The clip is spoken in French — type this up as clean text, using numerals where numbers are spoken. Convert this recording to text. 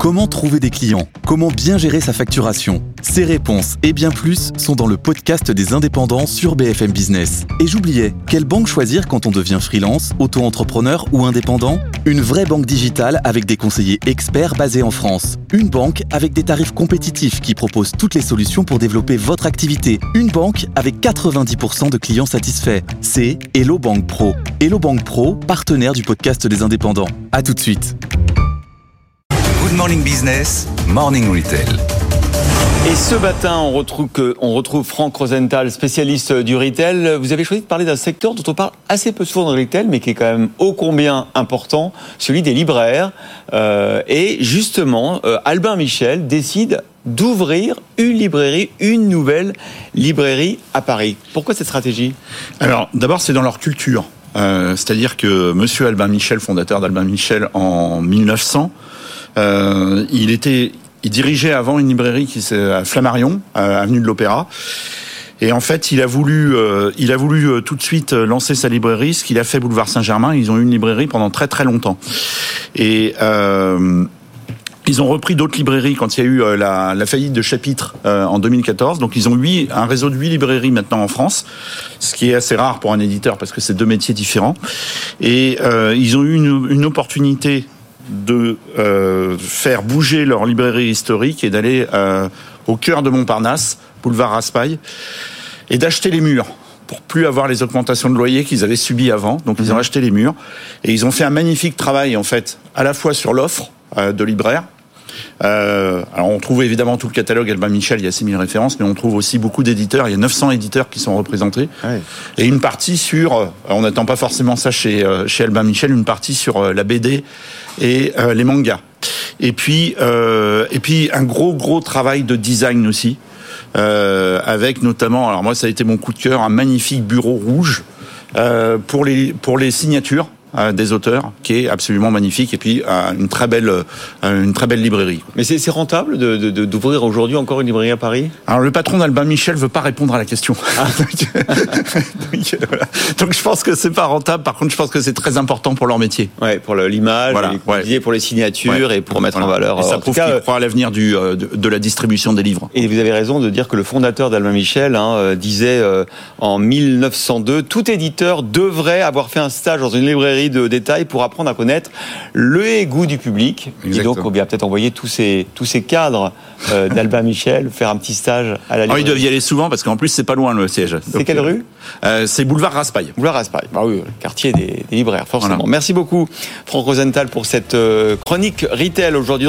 Comment trouver des clients ? Comment bien gérer sa facturation ? Ces réponses et bien plus sont dans le podcast des indépendants sur BFM Business. Et j'oubliais, quelle banque choisir quand on devient freelance, auto-entrepreneur ou indépendant ? Une vraie banque digitale avec des conseillers experts basés en France. Une banque avec des tarifs compétitifs qui propose toutes les solutions pour développer votre activité. Une banque avec 90% de clients satisfaits. C'est Hello Bank Pro. Hello Bank Pro, partenaire du podcast des indépendants. À tout de suite. Good Morning Business, Morning Retail. Et ce matin, on retrouve Franck Rosenthal, spécialiste du retail. Vous avez choisi de parler d'un secteur dont on parle assez peu souvent dans le retail, mais qui est quand même ô combien important, celui des libraires. Et justement, Albin Michel décide d'ouvrir une nouvelle librairie à Paris. Pourquoi cette stratégie ? Alors, d'abord, c'est dans leur culture. C'est-à-dire que Monsieur Albin Michel, fondateur d'Albin Michel en 1900, il dirigeait avant une librairie qui c'est à Flammarion, avenue de l'Opéra. Et en fait, il a voulu tout de suite lancer sa librairie, ce qu'il a fait boulevard Saint-Germain. Ils ont eu une librairie pendant très très longtemps. Et ils ont repris d'autres librairies quand il y a eu la faillite de Chapitre en 2014. Donc ils ont un réseau de 8 librairies maintenant en France, ce qui est assez rare pour un éditeur parce que c'est 2 métiers différents. Et ils ont eu une opportunité de faire bouger leur librairie historique et d'aller au cœur de Montparnasse, boulevard Raspail, et d'acheter les murs pour plus avoir les augmentations de loyer qu'ils avaient subies avant. Donc ils ont acheté les murs et ils ont fait un magnifique travail en fait, à la fois sur l'offre de libraires. Alors on trouve évidemment tout le catalogue Albin Michel, il y a 6000 références, mais on trouve aussi beaucoup d'éditeurs, il y a 900 éditeurs qui sont représentés. Ouais. Et une partie on n'attend pas forcément ça chez Albin Michel, une partie sur la BD et les mangas. Et puis un gros travail de design aussi, avec notamment, alors moi ça a été mon coup de cœur, un magnifique bureau rouge pour les signatures des auteurs, qui est absolument magnifique, et puis une très belle librairie. Mais c'est rentable d'ouvrir aujourd'hui encore une librairie à Paris ? Alors le patron d'Albin Michel veut pas répondre à la question. Donc je pense que c'est pas rentable. Par contre, je pense que c'est très important pour leur métier. Ouais, pour l'image, voilà, pour les signatures et pour mettre en valeur. Et ça prouve qu'il croit à l'avenir de la distribution des livres. Et vous avez raison de dire que le fondateur d'Albin Michel disait en 1902, tout éditeur devrait avoir fait un stage dans une librairie de détail pour apprendre à connaître le goût du public. Exactement. Et donc on va peut-être envoyer tous ces cadres d'Albin Michel faire un petit stage à la librairie. Ils doivent y aller souvent parce qu'en plus c'est pas loin le siège. C'est quelle rue ? C'est boulevard Raspail. Boulevard Raspail. Bah oui, le quartier des libraires forcément. Voilà. Merci beaucoup Franck Rosenthal pour cette chronique retail aujourd'hui.